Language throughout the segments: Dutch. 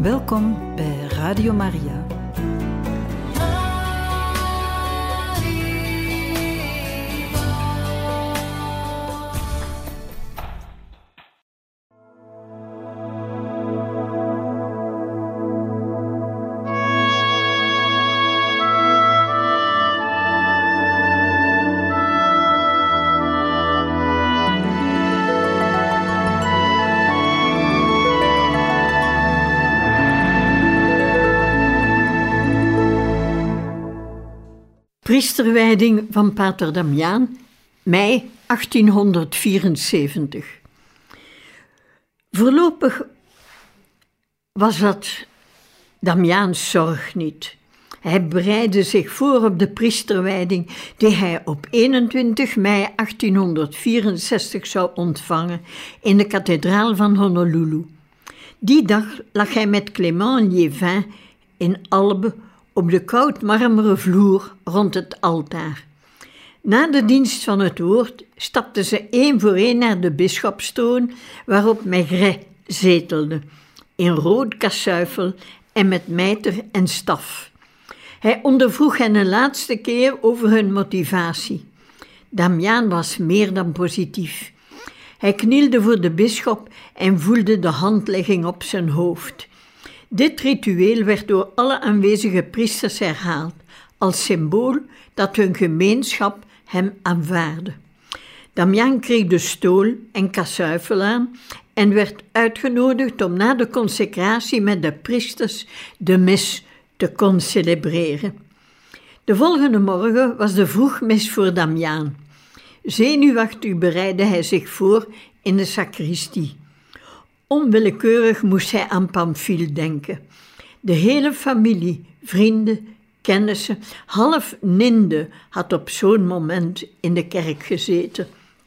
Welkom bij Radio Maria. Priesterwijding van Pater Damiaan, mei 1874. Voorlopig was dat Damiaans zorg niet. Hij bereidde zich voor op de priesterwijding die hij op 21 mei 1864 zou ontvangen in de kathedraal van Honolulu. Die dag lag hij met Clément Liévin in Albe op de koud marmeren vloer rond het altaar. Na de dienst van het woord stapten ze één voor één naar de bisschopstoon waarop Maigret zetelde, in rood kasuifel en met mijter en staf. Hij ondervroeg hen een laatste keer over hun motivatie. Damiaan was meer dan positief. Hij knielde voor de bisschop en voelde de handlegging op zijn hoofd. Dit ritueel werd door alle aanwezige priesters herhaald, als symbool dat hun gemeenschap hem aanvaardde. Damiaan kreeg de stool en kasuifel aan en werd uitgenodigd om na de consecratie met de priesters de mis te concelebreren. De volgende morgen was de vroegmis voor Damiaan. Zenuwachtig bereidde hij zich voor in de sacristie. Onwillekeurig moest hij aan Pamphile denken. De hele familie, vrienden, kennissen, half Ninde had op zo'n moment in de kerk gezeten.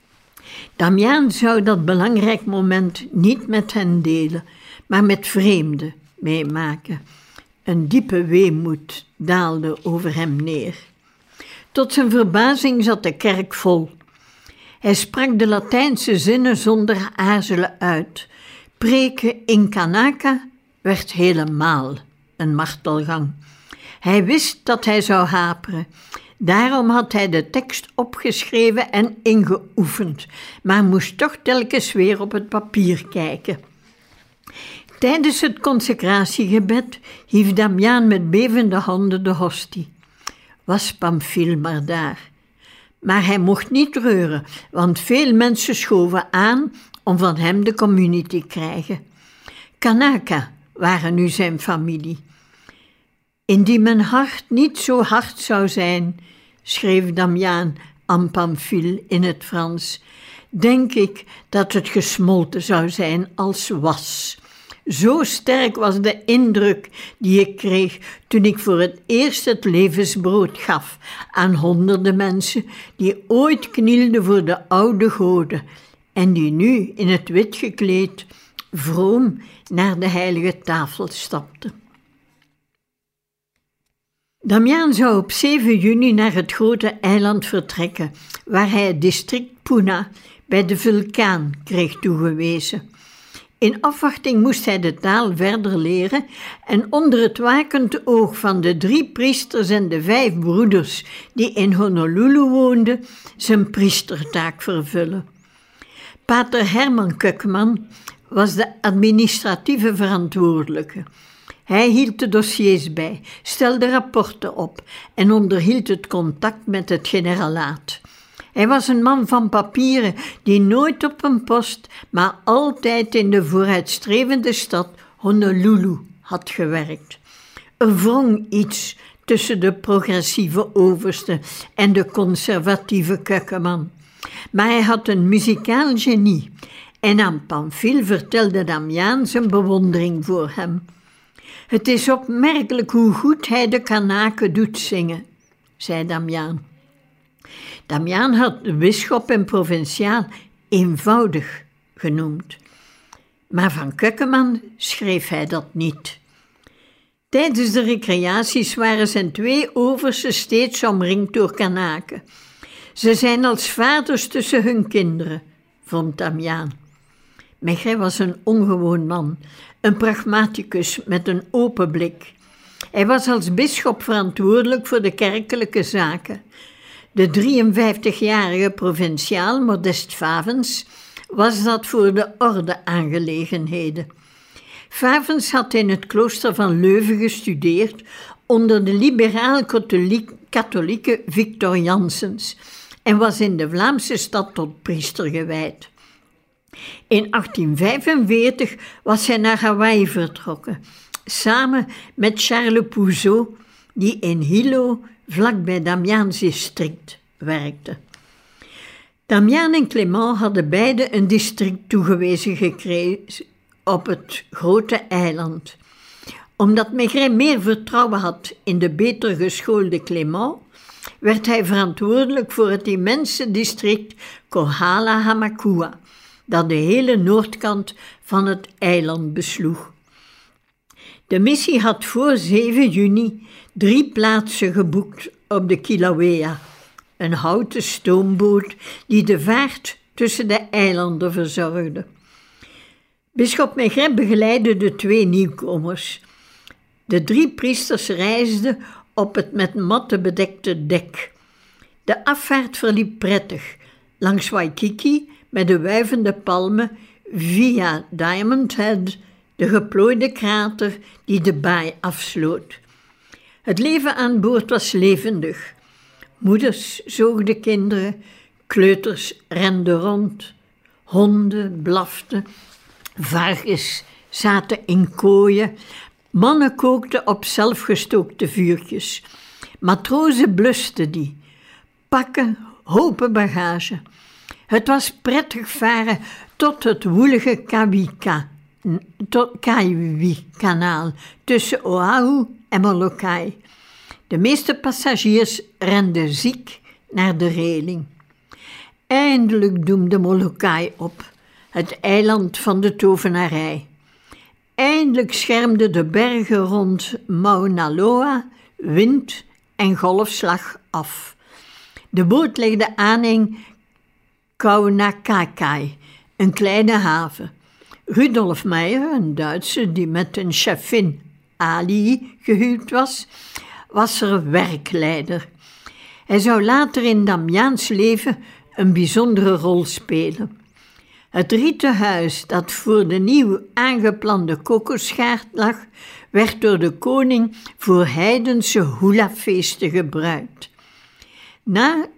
Damiaan zou dat belangrijk moment niet met hen delen, maar met vreemden meemaken. Een diepe weemoed daalde over hem neer. Tot zijn verbazing zat de kerk vol. Hij sprak de Latijnse zinnen zonder aarzelen uit. Preken in Kanaka werd helemaal een martelgang. Hij wist dat hij zou haperen. Daarom had hij de tekst opgeschreven en ingeoefend, maar moest toch telkens weer op het papier kijken. Tijdens het consecratiegebed hief Damiaan met bevende handen de hostie. Was Pamphile maar daar. Maar hij mocht niet treuren, want veel mensen schoven aan om van hem de communie te krijgen. Kanaka waren nu zijn familie. Indien mijn hart niet zo hard zou zijn, schreef Damiaan aan Pamphile in het Frans, denk ik dat het gesmolten zou zijn als was. Zo sterk was de indruk die ik kreeg toen ik voor het eerst het levensbrood gaf aan honderden mensen die ooit knielden voor de oude goden en die nu in het wit gekleed vroom naar de heilige tafel stapten. Damiaan zou op 7 juni naar het grote eiland vertrekken, waar hij het district Puna bij de vulkaan kreeg toegewezen. In afwachting moest hij de taal verder leren en onder het wakend oog van de 3 priesters en de 5 broeders die in Honolulu woonden, zijn priestertaak vervullen. Pater Herman Kökman was de administratieve verantwoordelijke. Hij hield de dossiers bij, stelde rapporten op en onderhield het contact met het generalaat. Hij was een man van papieren die nooit op een post, maar altijd in de vooruitstrevende stad Honolulu had gewerkt. Er wrong iets tussen de progressieve overste en de conservatieve Kökman. Maar hij had een muzikaal genie en aan Pamphile vertelde Damiaan zijn bewondering voor hem. Het is opmerkelijk hoe goed hij de Kanaken doet zingen, zei Damiaan. Damiaan had de bisschop en provinciaal eenvoudig genoemd. Maar van Kökman schreef hij dat niet. Tijdens de recreaties waren zijn 2 oversten steeds omringd door Kanaken. Ze zijn als vaders tussen hun kinderen, vond Damiaan. Maigret was een ongewoon man, een pragmaticus met een open blik. Hij was als bisschop verantwoordelijk voor de kerkelijke zaken. De 53-jarige provinciaal Modest Favens was dat voor de orde-aangelegenheden. Favens had in het klooster van Leuven gestudeerd onder de liberaal-katholieke Victor Janssens en was in de Vlaamse stad tot priester gewijd. In 1845 was hij naar Hawaï vertrokken, samen met Charles Pouzeau, die in Hilo, vlakbij Damiaans district, werkte. Damiaan en Clément hadden beide een district toegewezen gekregen op het grote eiland. Omdat Maigret meer vertrouwen had in de beter geschoolde Clément, werd hij verantwoordelijk voor het immense district Kohala-Hamakua, dat de hele noordkant van het eiland besloeg. De missie had voor 7 juni 3 plaatsen geboekt op de Kilauea, een houten stoomboot die de vaart tussen de eilanden verzorgde. Bisschop Maigret begeleidde de 2 nieuwkomers. De 3 priesters reisden op het met matten bedekte dek. De afvaart verliep prettig, langs Waikiki met de wuivende palmen via Diamond Head, de geplooide krater die de baai afsloot. Het leven aan boord was levendig. Moeders zoogden kinderen, kleuters renden rond, honden blaften, varkens zaten in kooien, mannen kookten op zelfgestookte vuurtjes, matrozen blusten die, pakken, hopen bagage. Het was prettig varen tot het woelige Kaiwi-kanaal tussen Oahu en Molokai. De meeste passagiers renden ziek naar de reling. Eindelijk doemde Molokai op, het eiland van de tovenarij. Eindelijk schermden de bergen rond Mauna Loa wind en golfslag af. De boot legde aan in Kaunakakai, een kleine haven. Rudolf Meijer, een Duitser die met een chefin Ali gehuwd was er werkleider. Hij zou later in Damiaans leven een bijzondere rol spelen. Het rieten huis dat voor de nieuw aangeplande kokosgaard lag, werd door de koning voor heidense hula-feesten gebruikt. Na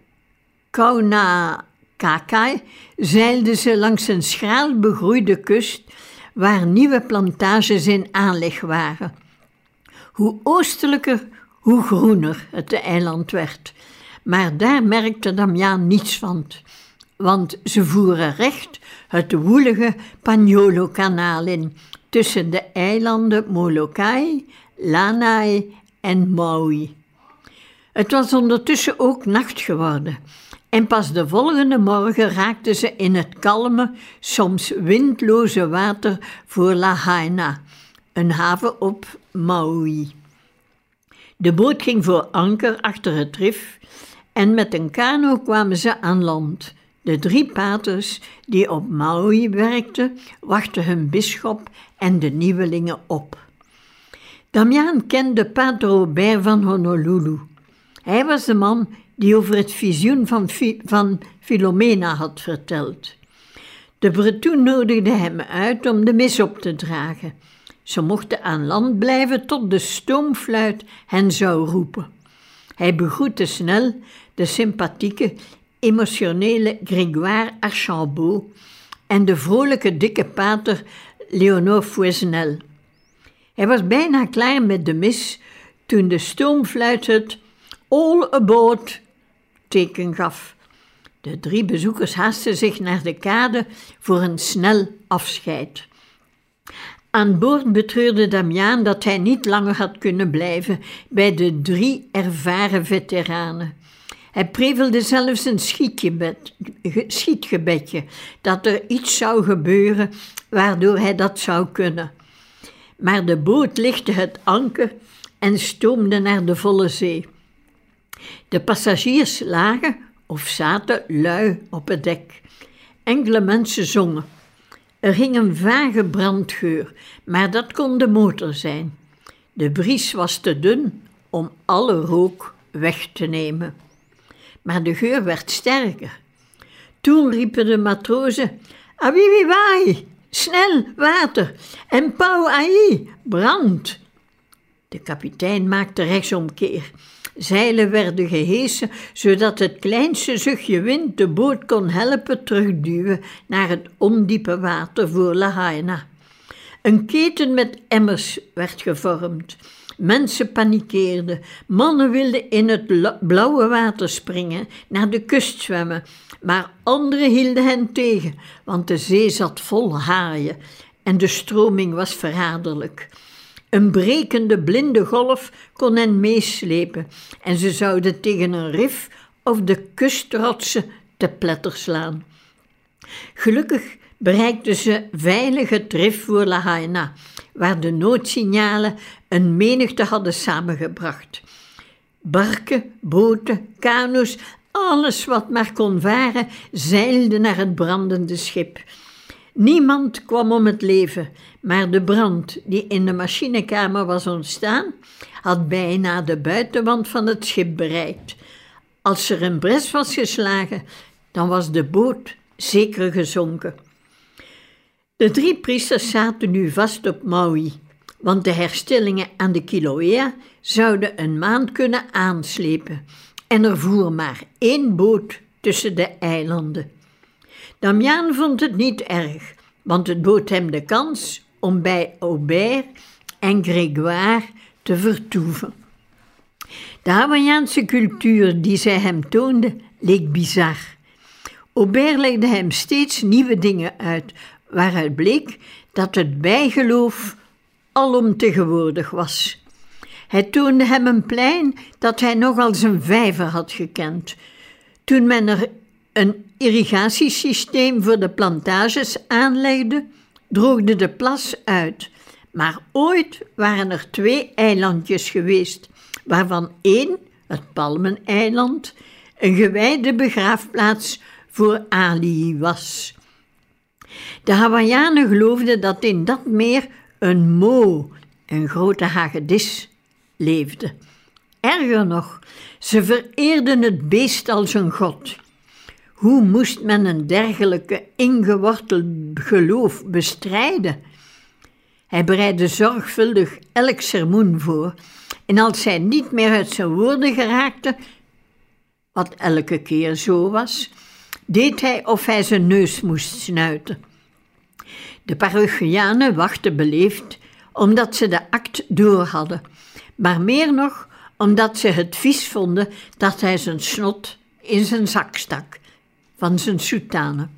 Kaunakakai zeilden ze langs een schraal begroeide kust waar nieuwe plantages in aanleg waren. Hoe oostelijker, hoe groener het eiland werd. Maar daar merkte Damiaan niets van, want ze voeren recht het woelige Pagnolo-kanaal in, tussen de eilanden Molokai, Lanai en Maui. Het was ondertussen ook nacht geworden en pas de volgende morgen raakten ze in het kalme, soms windloze water voor Lahaina, een haven op Maui. De boot ging voor anker achter het rif en met een kano kwamen ze aan land. De 3 paters die op Maui werkten, wachten hun bisschop en de nieuwelingen op. Damiaan kende Pater Robert van Honolulu. Hij was de man die over het visioen van Filomena had verteld. De Bretoen nodigde hem uit om de mis op te dragen. Ze mochten aan land blijven tot de stoomfluit hen zou roepen. Hij begroette snel de sympathieke, emotionele Grégoire Archambault en de vrolijke dikke pater Léonore Fouesnel. Hij was bijna klaar met de mis toen de stoomfluit het all aboard teken gaf. De 3 bezoekers haasten zich naar de kade voor een snel afscheid. Aan boord betreurde Damiaan dat hij niet langer had kunnen blijven bij de 3 ervaren veteranen. Hij prevelde zelfs een schietgebedje, dat er iets zou gebeuren waardoor hij dat zou kunnen. Maar de boot lichtte het anker en stoomde naar de volle zee. De passagiers lagen of zaten lui op het dek. Enkele mensen zongen. Er hing een vage brandgeur, maar dat kon de motor zijn. De bries was te dun om alle rook weg te nemen. Maar de geur werd sterker. Toen riepen de matrozen: "Awiwiwai, snel, water! En pau ai, brand!" De kapitein maakte rechtsomkeer. Zeilen werden gehesen, zodat het kleinste zuchtje wind de boot kon helpen terugduwen naar het ondiepe water voor Lahaina. Een keten met emmers werd gevormd. Mensen panikeerden. Mannen wilden in het blauwe water springen, naar de kust zwemmen. Maar anderen hielden hen tegen, want de zee zat vol haaien en de stroming was verraderlijk. Een brekende blinde golf kon hen meeslepen en ze zouden tegen een rif of de kustrotsen te pletter slaan. Gelukkig bereikten ze veilig het rif voor Lahaina, waar de noodsignalen een menigte hadden samengebracht. Barken, boten, kano's, alles wat maar kon varen, zeilde naar het brandende schip. Niemand kwam om het leven, maar de brand die in de machinekamer was ontstaan, had bijna de buitenwand van het schip bereikt. Als er een bres was geslagen, dan was de boot zeker gezonken. De 3 priesters zaten nu vast op Maui, want de herstellingen aan de Kilauea zouden een maand kunnen aanslepen en er voer maar 1 boot tussen de eilanden. Damiaan vond het niet erg, want het bood hem de kans om bij Aubert en Grégoire te vertoeven. De Hawaiiaanse cultuur die zij hem toonden leek bizar. Aubert legde hem steeds nieuwe dingen uit, waaruit bleek dat het bijgeloof alomtegenwoordig was. Hij toonde hem een plein dat hij nog als een vijver had gekend. Toen men er een irrigatiesysteem voor de plantages aanlegde, droogde de plas uit. Maar ooit waren er 2 eilandjes geweest, waarvan 1, het Palmeneiland, een gewijde begraafplaats voor Ali was. De Hawaiianen geloofden dat in dat meer een mo, een grote hagedis, leefde. Erger nog, ze vereerden het beest als een god. Hoe moest men een dergelijke ingeworteld geloof bestrijden? Hij bereidde zorgvuldig elk sermoen voor en als hij niet meer uit zijn woorden geraakte, wat elke keer zo was, deed hij of hij zijn neus moest snuiten. De parochianen wachten beleefd omdat ze de act door hadden, maar meer nog omdat ze het vies vonden dat hij zijn snot in zijn zak stak van zijn soutane.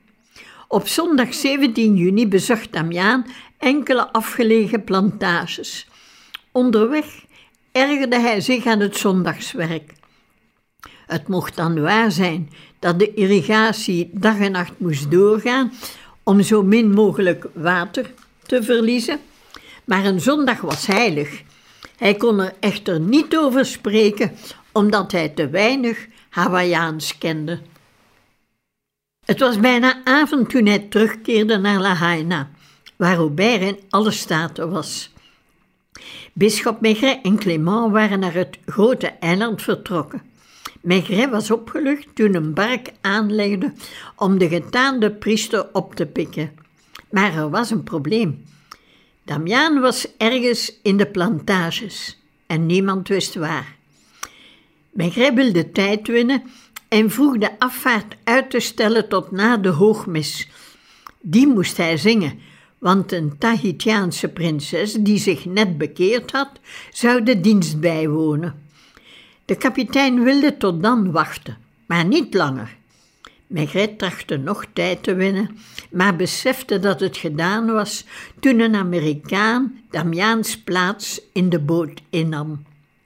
Op zondag 17 juni bezocht Damiaan enkele afgelegen plantages. Onderweg ergerde hij zich aan het zondagswerk. Het mocht dan waar zijn dat de irrigatie dag en nacht moest doorgaan om zo min mogelijk water te verliezen, maar een zondag was heilig. Hij kon er echter niet over spreken, omdat hij te weinig Hawaiiaans kende. Het was bijna avond toen hij terugkeerde naar Lahaina, waar Aubert in alle staten was. Bisschop Maigret en Clément waren naar het grote eiland vertrokken. Maigret was opgelucht toen een bark aanlegde om de getaande priester op te pikken. Maar er was een probleem. Damiaan was ergens in de plantages en niemand wist waar. Maigret wilde tijd winnen en vroeg de afvaart uit te stellen tot na de hoogmis. Die moest hij zingen, want een Tahitiaanse prinses die zich net bekeerd had, zou de dienst bijwonen. De kapitein wilde tot dan wachten, maar niet langer. Maigret trachtte nog tijd te winnen, maar besefte dat het gedaan was toen een Amerikaan Damiaans plaats in de boot innam.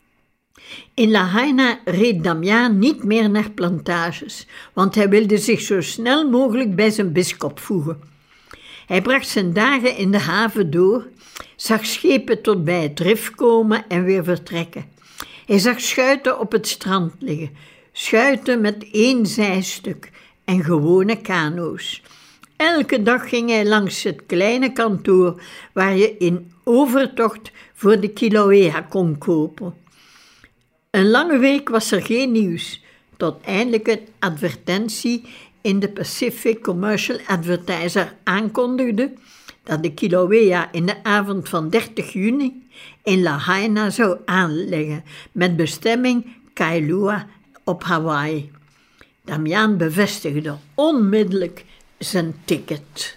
In Lahaina reed Damiaan niet meer naar plantages, want hij wilde zich zo snel mogelijk bij zijn bisschop voegen. Hij bracht zijn dagen in de haven door, zag schepen tot bij het rif komen en weer vertrekken. Hij zag schuiten op het strand liggen, schuiten met 1 zijstuk en gewone kano's. Elke dag ging hij langs het kleine kantoor waar je in overtocht voor de Kilauea kon kopen. Een lange week was er geen nieuws, tot eindelijk een advertentie in de Pacific Commercial Advertiser aankondigde dat de Kilauea in de avond van 30 juni in Lahaina zou aanleggen met bestemming Kailua op Hawaii. Damiaan bevestigde onmiddellijk zijn ticket.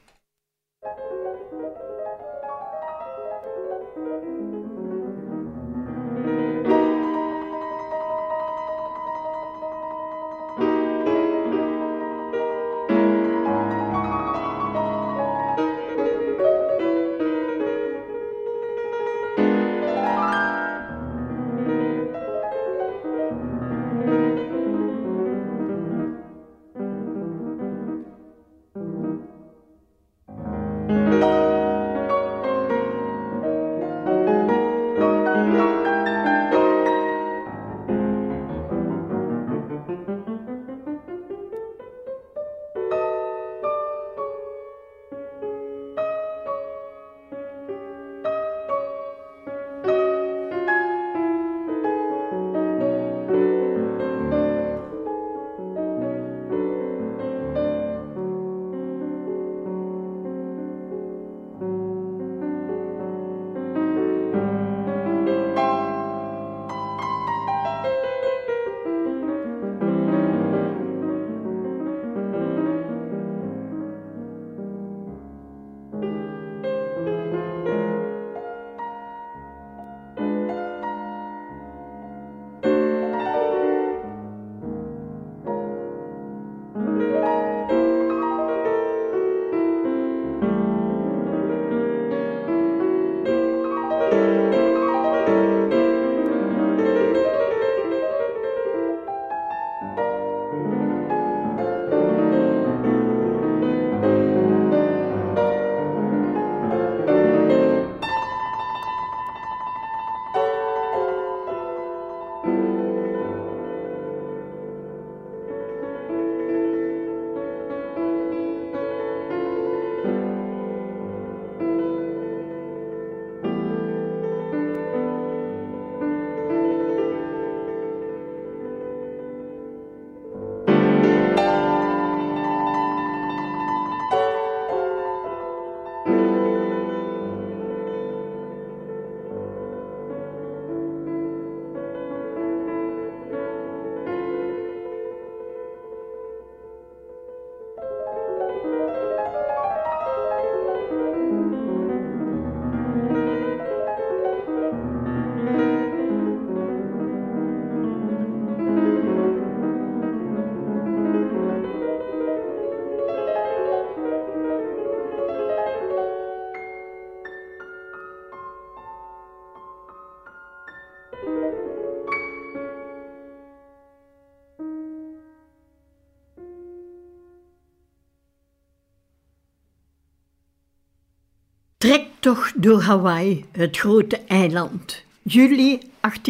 Trektocht door Hawaii, het grote eiland, juli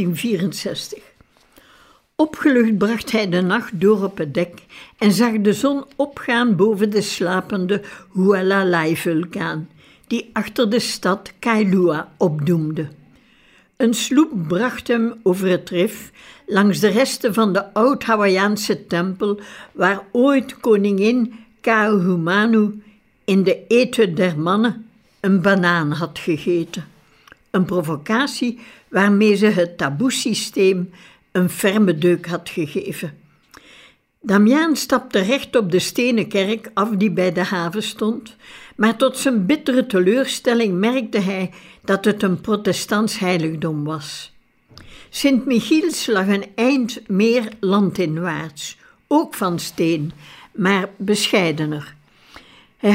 1864. Opgelucht bracht hij de nacht door op het dek en zag de zon opgaan boven de slapende Hualalai-vulkaan, die achter de stad Kailua opdoemde. Een sloep bracht hem over het rif langs de resten van de oud-Hawaïaanse tempel waar ooit koningin Kaahumanu in de eten der mannen een banaan had gegeten. Een provocatie waarmee ze het taboesysteem een ferme deuk had gegeven. Damiaan stapte recht op de stenen kerk af die bij de haven stond, maar tot zijn bittere teleurstelling merkte hij dat het een protestants heiligdom was. Sint-Michiels lag een eind meer landinwaarts, ook van steen, maar bescheidener. Hij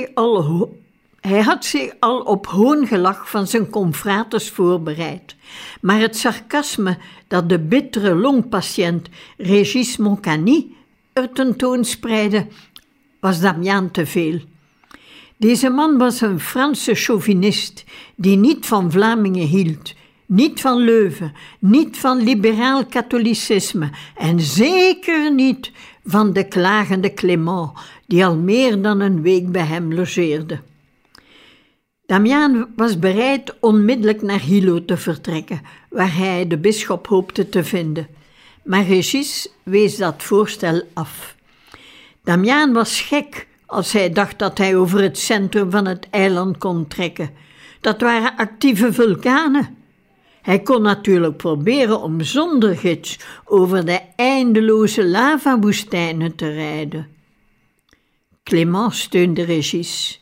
had zich al op hoongelach van zijn confraters voorbereid, maar het sarcasme dat de bittere longpatiënt Régis Moncani er tentoonspreidde, was Damiaan te veel. Deze man was een Franse chauvinist die niet van Vlamingen hield, niet van Leuven, niet van liberaal katholicisme en zeker niet van de klagende Clément, die al meer dan een week bij hem logeerde. Damiaan was bereid onmiddellijk naar Hilo te vertrekken, waar hij de bisschop hoopte te vinden. Maar Régis wees dat voorstel af. Damiaan was gek als hij dacht dat hij over het centrum van het eiland kon trekken. Dat waren actieve vulkanen. Hij kon natuurlijk proberen om zonder gids over de eindeloze lavawoestijnen te rijden. Clément steunde Régis.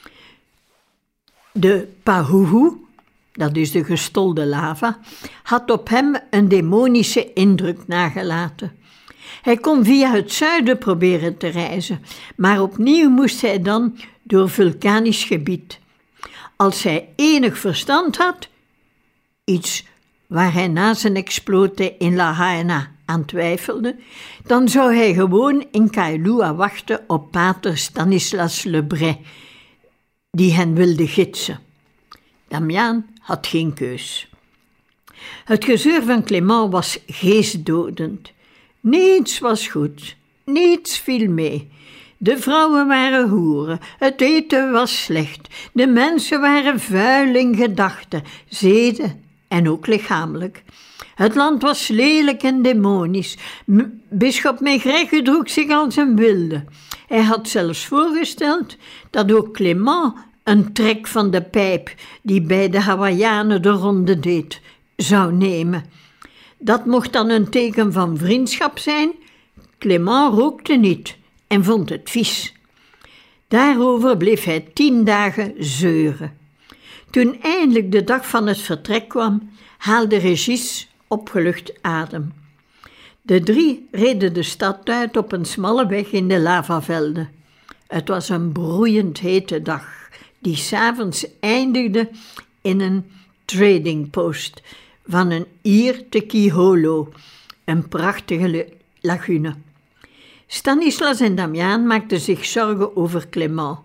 De Pahuhu, dat is de gestolde lava, had op hem een demonische indruk nagelaten. Hij kon via het zuiden proberen te reizen, maar opnieuw moest hij dan door vulkanisch gebied. Als hij enig verstand had, iets waar hij na zijn explote in La Haina aan twijfelde, dan zou hij gewoon in Kailua wachten op pater Stanislas Le Bret, die hen wilde gidsen. Damiaan had geen keus. Het gezeur van Clément was geestdodend. Niets was goed, niets viel mee. De vrouwen waren hoeren, het eten was slecht, de mensen waren vuil in gedachten, zeden en ook lichamelijk. Het land was lelijk en demonisch. Bisschop Maigret gedroeg zich als een wilde. Hij had zelfs voorgesteld dat ook Clément een trek van de pijp die bij de Hawaïanen de ronde deed, zou nemen. Dat mocht dan een teken van vriendschap zijn. Clément rookte niet en vond het vies. Daarover bleef hij 10 dagen zeuren. Toen eindelijk de dag van het vertrek kwam, haalde Régis opgelucht adem. De 3 reden de stad uit op een smalle weg in de lavavelden. Het was een broeiend hete dag, die 's avonds eindigde in een trading post van een Ier te Kiholo, een prachtige lagune. Stanislas en Damiaan maakten zich zorgen over Clément,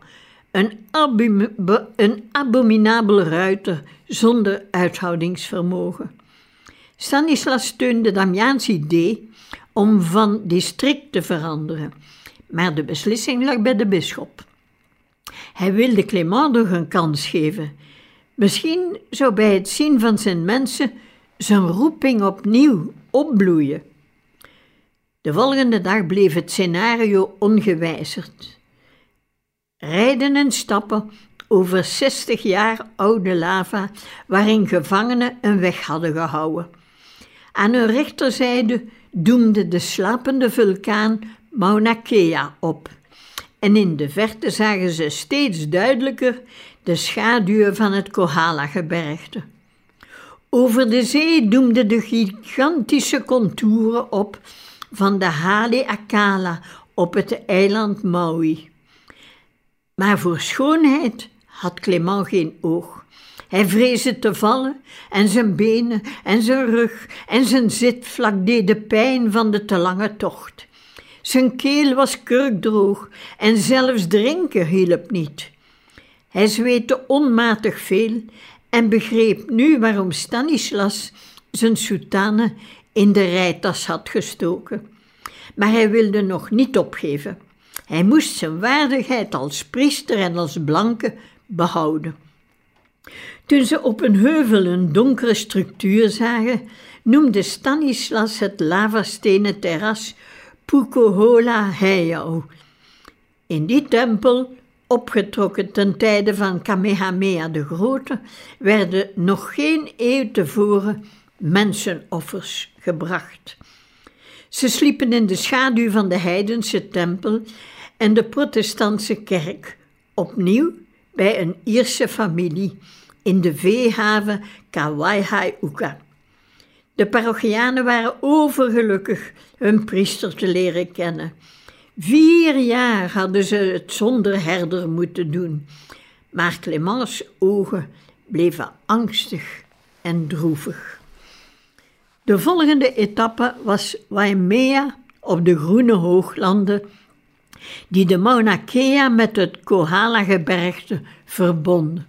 een abominabel ruiter zonder uithoudingsvermogen. Stanislas steunde Damiaans idee om van district te veranderen, maar de beslissing lag bij de bisschop. Hij wilde Clément nog een kans geven. Misschien zou bij het zien van zijn mensen zijn roeping opnieuw opbloeien. De volgende dag bleef het scenario ongewijzigd. Rijden en stappen over 60 jaar oude lava waarin gevangenen een weg hadden gehouden. Aan hun rechterzijde doemde de slapende vulkaan Mauna Kea op. En in de verte zagen ze steeds duidelijker de schaduwen van het Kohala-gebergte. Over de zee doemden de gigantische contouren op van de Haleakala op het eiland Maui. Maar voor schoonheid had Clément geen oog. Hij vreesde te vallen en zijn benen en zijn rug en zijn zitvlak deden pijn van de te lange tocht. Zijn keel was kurkdroog en zelfs drinken hielp niet. Hij zweette onmatig veel en begreep nu waarom Stanislas zijn soutane in de rijtas had gestoken. Maar hij wilde nog niet opgeven. Hij moest zijn waardigheid als priester en als blanke behouden. Toen ze op een heuvel een donkere structuur zagen, noemde Stanislas het lavastenen terras Pukohola Heiau. In die tempel, opgetrokken ten tijde van Kamehameha de Grote, werden nog geen eeuw tevoren mensenoffers gebracht. Ze sliepen in de schaduw van de heidense tempel en de protestantse kerk, opnieuw bij een Ierse familie in de veehaven Kawaihaiuka. De parochianen waren overgelukkig hun priester te leren kennen. 4 jaar hadden ze het zonder herder moeten doen, maar Cléments ogen bleven angstig en droevig. De volgende etappe was Waimea op de groene hooglanden die de Mauna Kea met het Kohala-gebergte verbonden.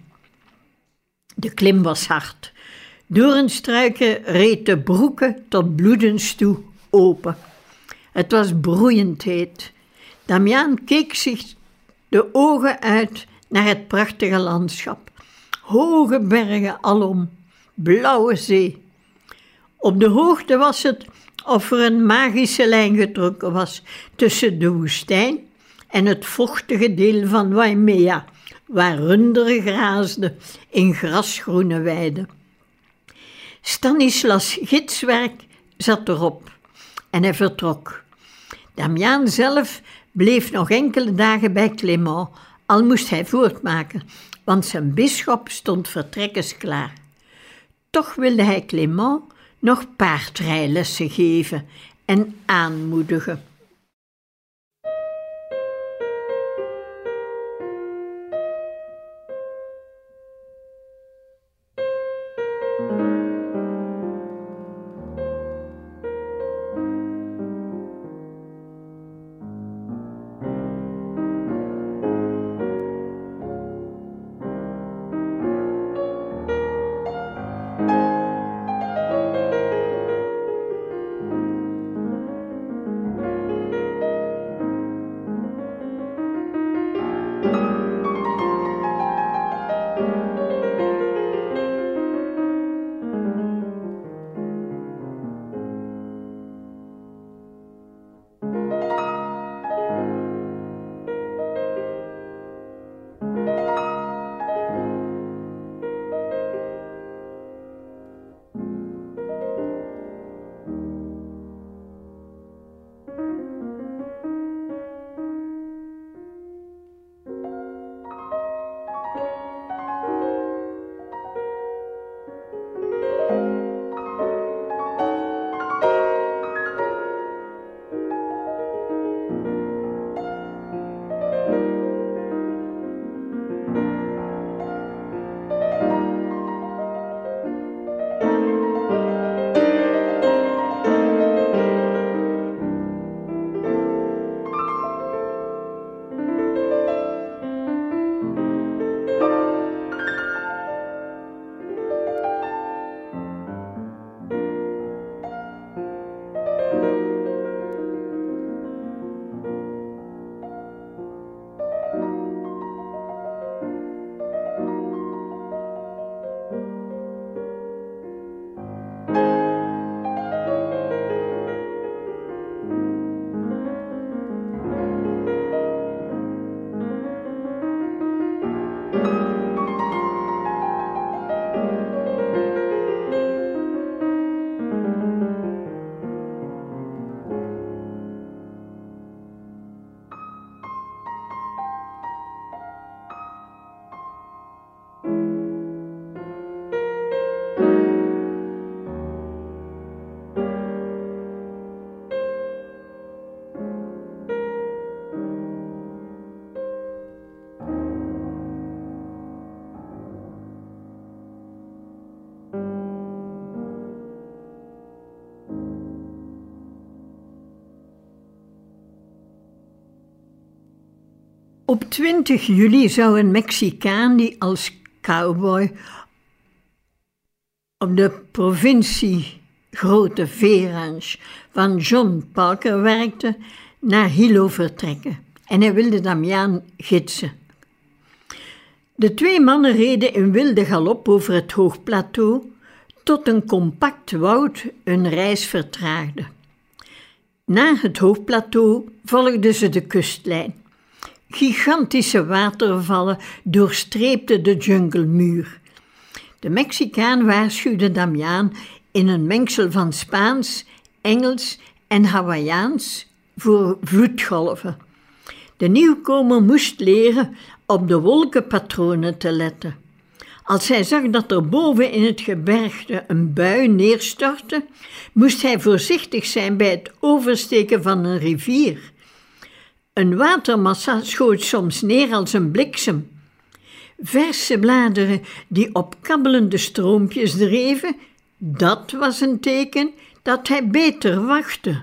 De klim was hard. Doornstruiken reed de broeken tot bloedens toe open. Het was broeiend heet. Damiaan keek zich de ogen uit naar het prachtige landschap. Hoge bergen alom, blauwe zee. Op de hoogte was het of er een magische lijn getrokken was tussen de woestijn en het vochtige deel van Waimea, waar runderen graasden in grasgroene weiden. Stanislas' gidswerk zat erop en hij vertrok. Damiaan zelf bleef nog enkele dagen bij Clément, al moest hij voortmaken, want zijn bisschop stond vertrekkens klaar. Toch wilde hij Clément nog paardrijlessen geven en aanmoedigen. Op 20 juli zou een Mexicaan die als cowboy op de provincie Grote Veeranch van John Parker werkte, naar Hilo vertrekken en hij wilde Damiaan gidsen. De twee mannen reden in wilde galop over het hoogplateau tot een compact woud hun reis vertraagde. Na het hoogplateau volgden ze de kustlijn. Gigantische watervallen doorstreepten de junglemuur. De Mexicaan waarschuwde Damiaan in een mengsel van Spaans, Engels en Hawaiiaans voor vloedgolven. De nieuwkomer moest leren op de wolkenpatronen te letten. Als hij zag dat er boven in het gebergte een bui neerstortte, moest hij voorzichtig zijn bij het oversteken van een rivier. Een watermassa schoot soms neer als een bliksem. Verse bladeren die op kabbelende stroompjes dreven, dat was een teken dat hij beter wachtte.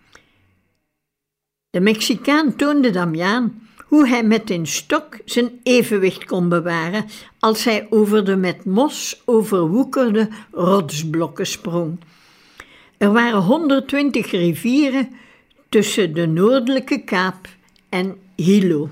De Mexicaan toonde Damiaan hoe hij met een stok zijn evenwicht kon bewaren als hij over de met mos overwoekerde rotsblokken sprong. Er waren 120 rivieren tussen de Noordelijke Kaap en Hilo.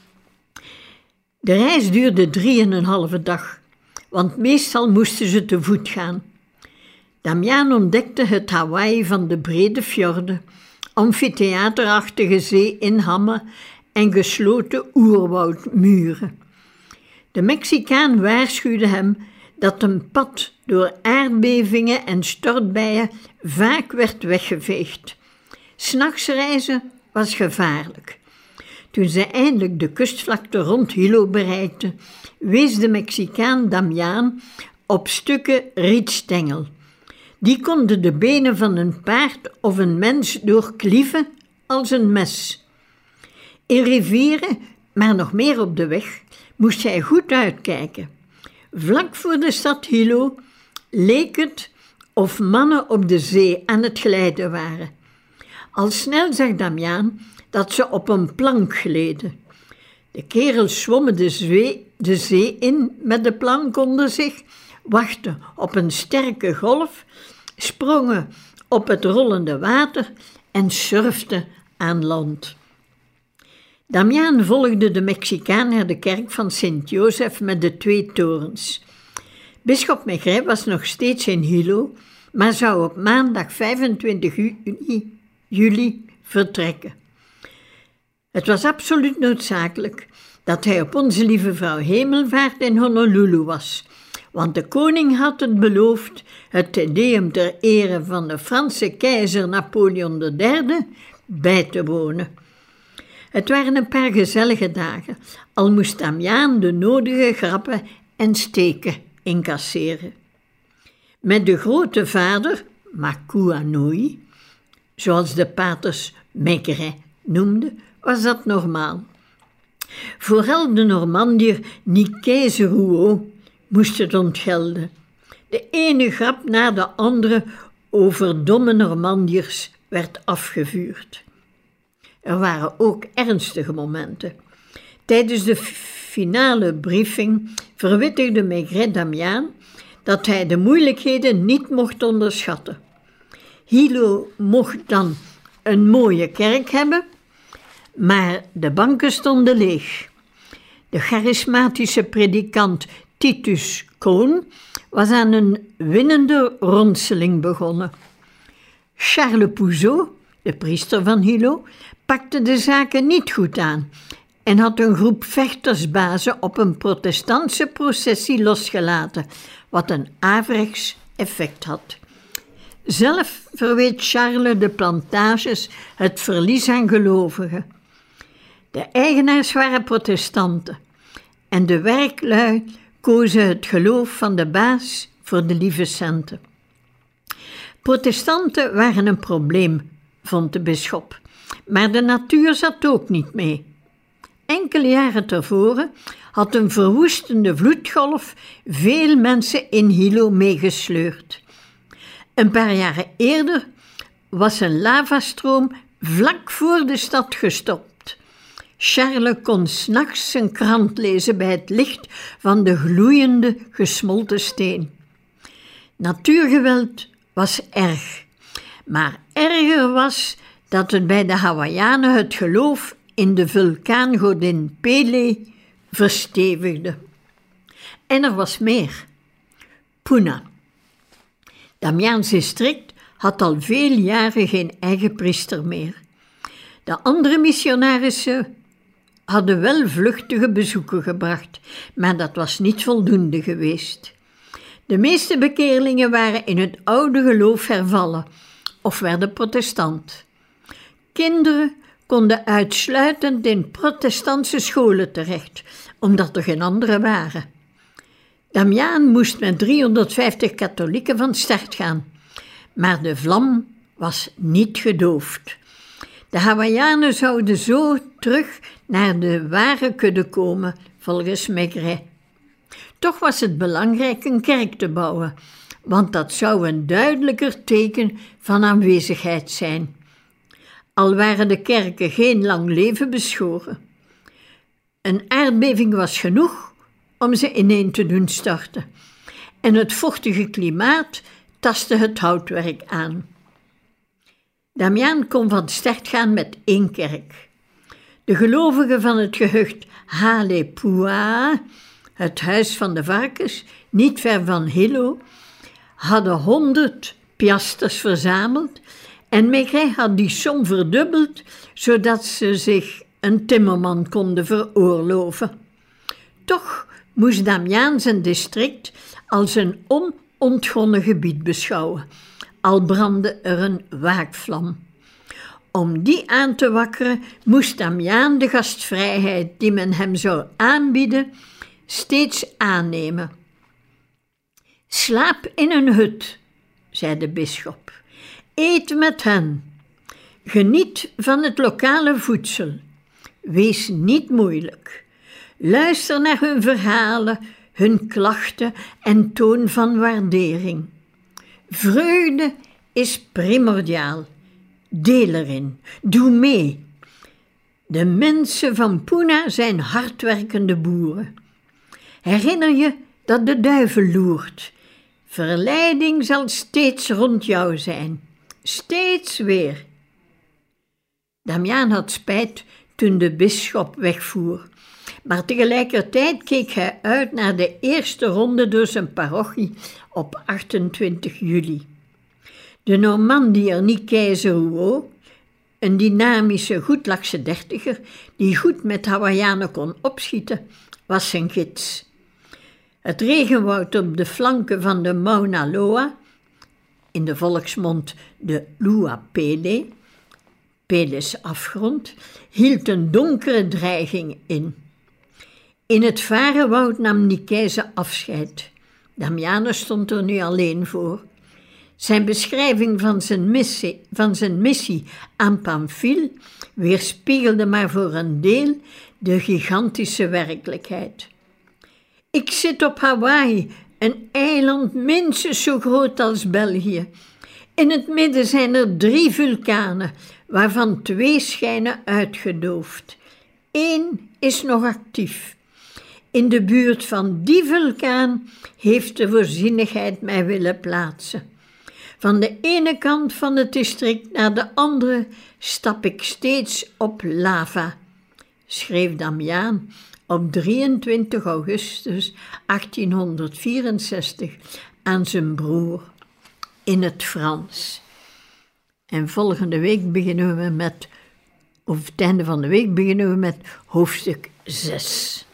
De reis duurde 3,5 dag, want meestal moesten ze te voet gaan. Damiaan ontdekte het Hawaii van de brede fjorden, amfitheaterachtige zee-inhammen en gesloten oerwoudmuren. De Mexicaan waarschuwde hem dat een pad door aardbevingen en stortbuien vaak werd weggeveegd. 's Nachts reizen was gevaarlijk. Toen ze eindelijk de kustvlakte rond Hilo bereikten, wees de Mexicaan Damiaan op stukken rietstengel. Die konden de benen van een paard of een mens doorklieven als een mes. In rivieren, maar nog meer op de weg, moest hij goed uitkijken. Vlak voor de stad Hilo leek het of mannen op de zee aan het glijden waren. Al snel zag Damiaan dat ze op een plank gleden. De kerels zwommen de zee in met de plank onder zich, wachten op een sterke golf, sprongen op het rollende water en surften aan land. Damiaan volgde de Mexicaan naar de kerk van Sint-Jozef met de 2 torens. Bisschop Maigret was nog steeds in Hilo, maar zou op maandag 25 juli vertrekken. Het was absoluut noodzakelijk dat hij op Onze Lieve Vrouw Hemelvaart in Honolulu was, want de koning had het beloofd het Te Deum ter ere van de Franse keizer Napoleon III bij te wonen. Het waren een paar gezellige dagen, al moest Damiaan de nodige grappen en steken incasseren. Met de grote vader, Makuanui, zoals de paters Maigret noemden, was dat normaal. Vooral de Normandier Nicaise Rouault moest het ontgelden. De ene grap na de andere over domme Normandiërs werd afgevuurd. Er waren ook ernstige momenten. Tijdens de finale briefing verwittigde Maigret Damiaan dat hij de moeilijkheden niet mocht onderschatten. Hilo mocht dan een mooie kerk hebben, maar de banken stonden leeg. De charismatische predikant Titus Cohn was aan een winnende ronseling begonnen. Charles Pouzeau, de priester van Hilo, pakte de zaken niet goed aan en had een groep vechtersbazen op een protestantse processie losgelaten, wat een averechts effect had. Zelf verweet Charles de plantages het verlies aan gelovigen. De eigenaars waren protestanten en de werklui kozen het geloof van de baas voor de lieve centen. Protestanten waren een probleem, vond de bisschop, maar de natuur zat ook niet mee. Enkele jaren tevoren had een verwoestende vloedgolf veel mensen in Hilo meegesleurd. Een paar jaren eerder was een lavastroom vlak voor de stad gestopt. Charles kon 's nachts zijn krant lezen bij het licht van de gloeiende gesmolten steen. Natuurgeweld was erg, maar erger was dat het bij de Hawaiianen het geloof in de vulkaangodin Pele verstevigde. En er was meer. Puna. Damiaans district had al veel jaren geen eigen priester meer. De andere missionarissen hadden wel vluchtige bezoeken gebracht, maar dat was niet voldoende geweest. De meeste bekeerlingen waren in het oude geloof hervallen of werden protestant. Kinderen konden uitsluitend in protestantse scholen terecht, omdat er geen andere waren. Damiaan moest met 350 katholieken van start gaan, maar de vlam was niet gedoofd. De Hawaiianen zouden zo terug naar de ware kudde komen, volgens Maigret. Toch was het belangrijk een kerk te bouwen, want dat zou een duidelijker teken van aanwezigheid zijn. Al waren de kerken geen lang leven beschoren. Een aardbeving was genoeg om ze ineen te doen storten. En het vochtige klimaat tastte het houtwerk aan. Damiaan kon van start gaan met 1 kerk. De gelovigen van het gehucht Halepua, het huis van de varkens, niet ver van Hilo, hadden 100 piasters verzameld en Maigret had die som verdubbeld, zodat ze zich een timmerman konden veroorloven. Toch moest Damiaan zijn district als een onontgonnen gebied beschouwen, al brandde er een waakvlam. Om die aan te wakkeren moest Damiaan de gastvrijheid die men hem zou aanbieden steeds aannemen. Slaap in een hut, zei de bisschop. Eet met hen. Geniet van het lokale voedsel. Wees niet moeilijk. Luister naar hun verhalen, hun klachten en toon van waardering. Vreugde is primordiaal. Deel erin. Doe mee. De mensen van Puna zijn hardwerkende boeren. Herinner je dat de duivel loert. Verleiding zal steeds rond jou zijn. Steeds weer. Damiaan had spijt toen de bisschop wegvoer. Maar tegelijkertijd keek hij uit naar de eerste ronde door zijn parochie op 28 juli. De Normandier Nicèse Rouault, een dynamische, goedlachse dertiger die goed met Hawaïanen kon opschieten, was zijn gids. Het regenwoud op de flanken van de Mauna Loa, in de volksmond de Lua Pele, Peles afgrond, hield een donkere dreiging in. In het Varenwoud nam Nicèse afscheid. Damiaan stond er nu alleen voor. Zijn beschrijving van zijn missie aan Pamphile weerspiegelde maar voor een deel de gigantische werkelijkheid. Ik zit op Hawaï, een eiland minstens zo groot als België. In het midden zijn er 3 vulkanen, waarvan 2 schijnen uitgedoofd. 1 is nog actief. In de buurt van die vulkaan heeft de voorzienigheid mij willen plaatsen. Van de ene kant van het district naar de andere stap ik steeds op lava, schreef Damiaan op 23 augustus 1864 aan zijn broer in het Frans. En volgende week beginnen we met, of het einde van de week beginnen we met hoofdstuk 6.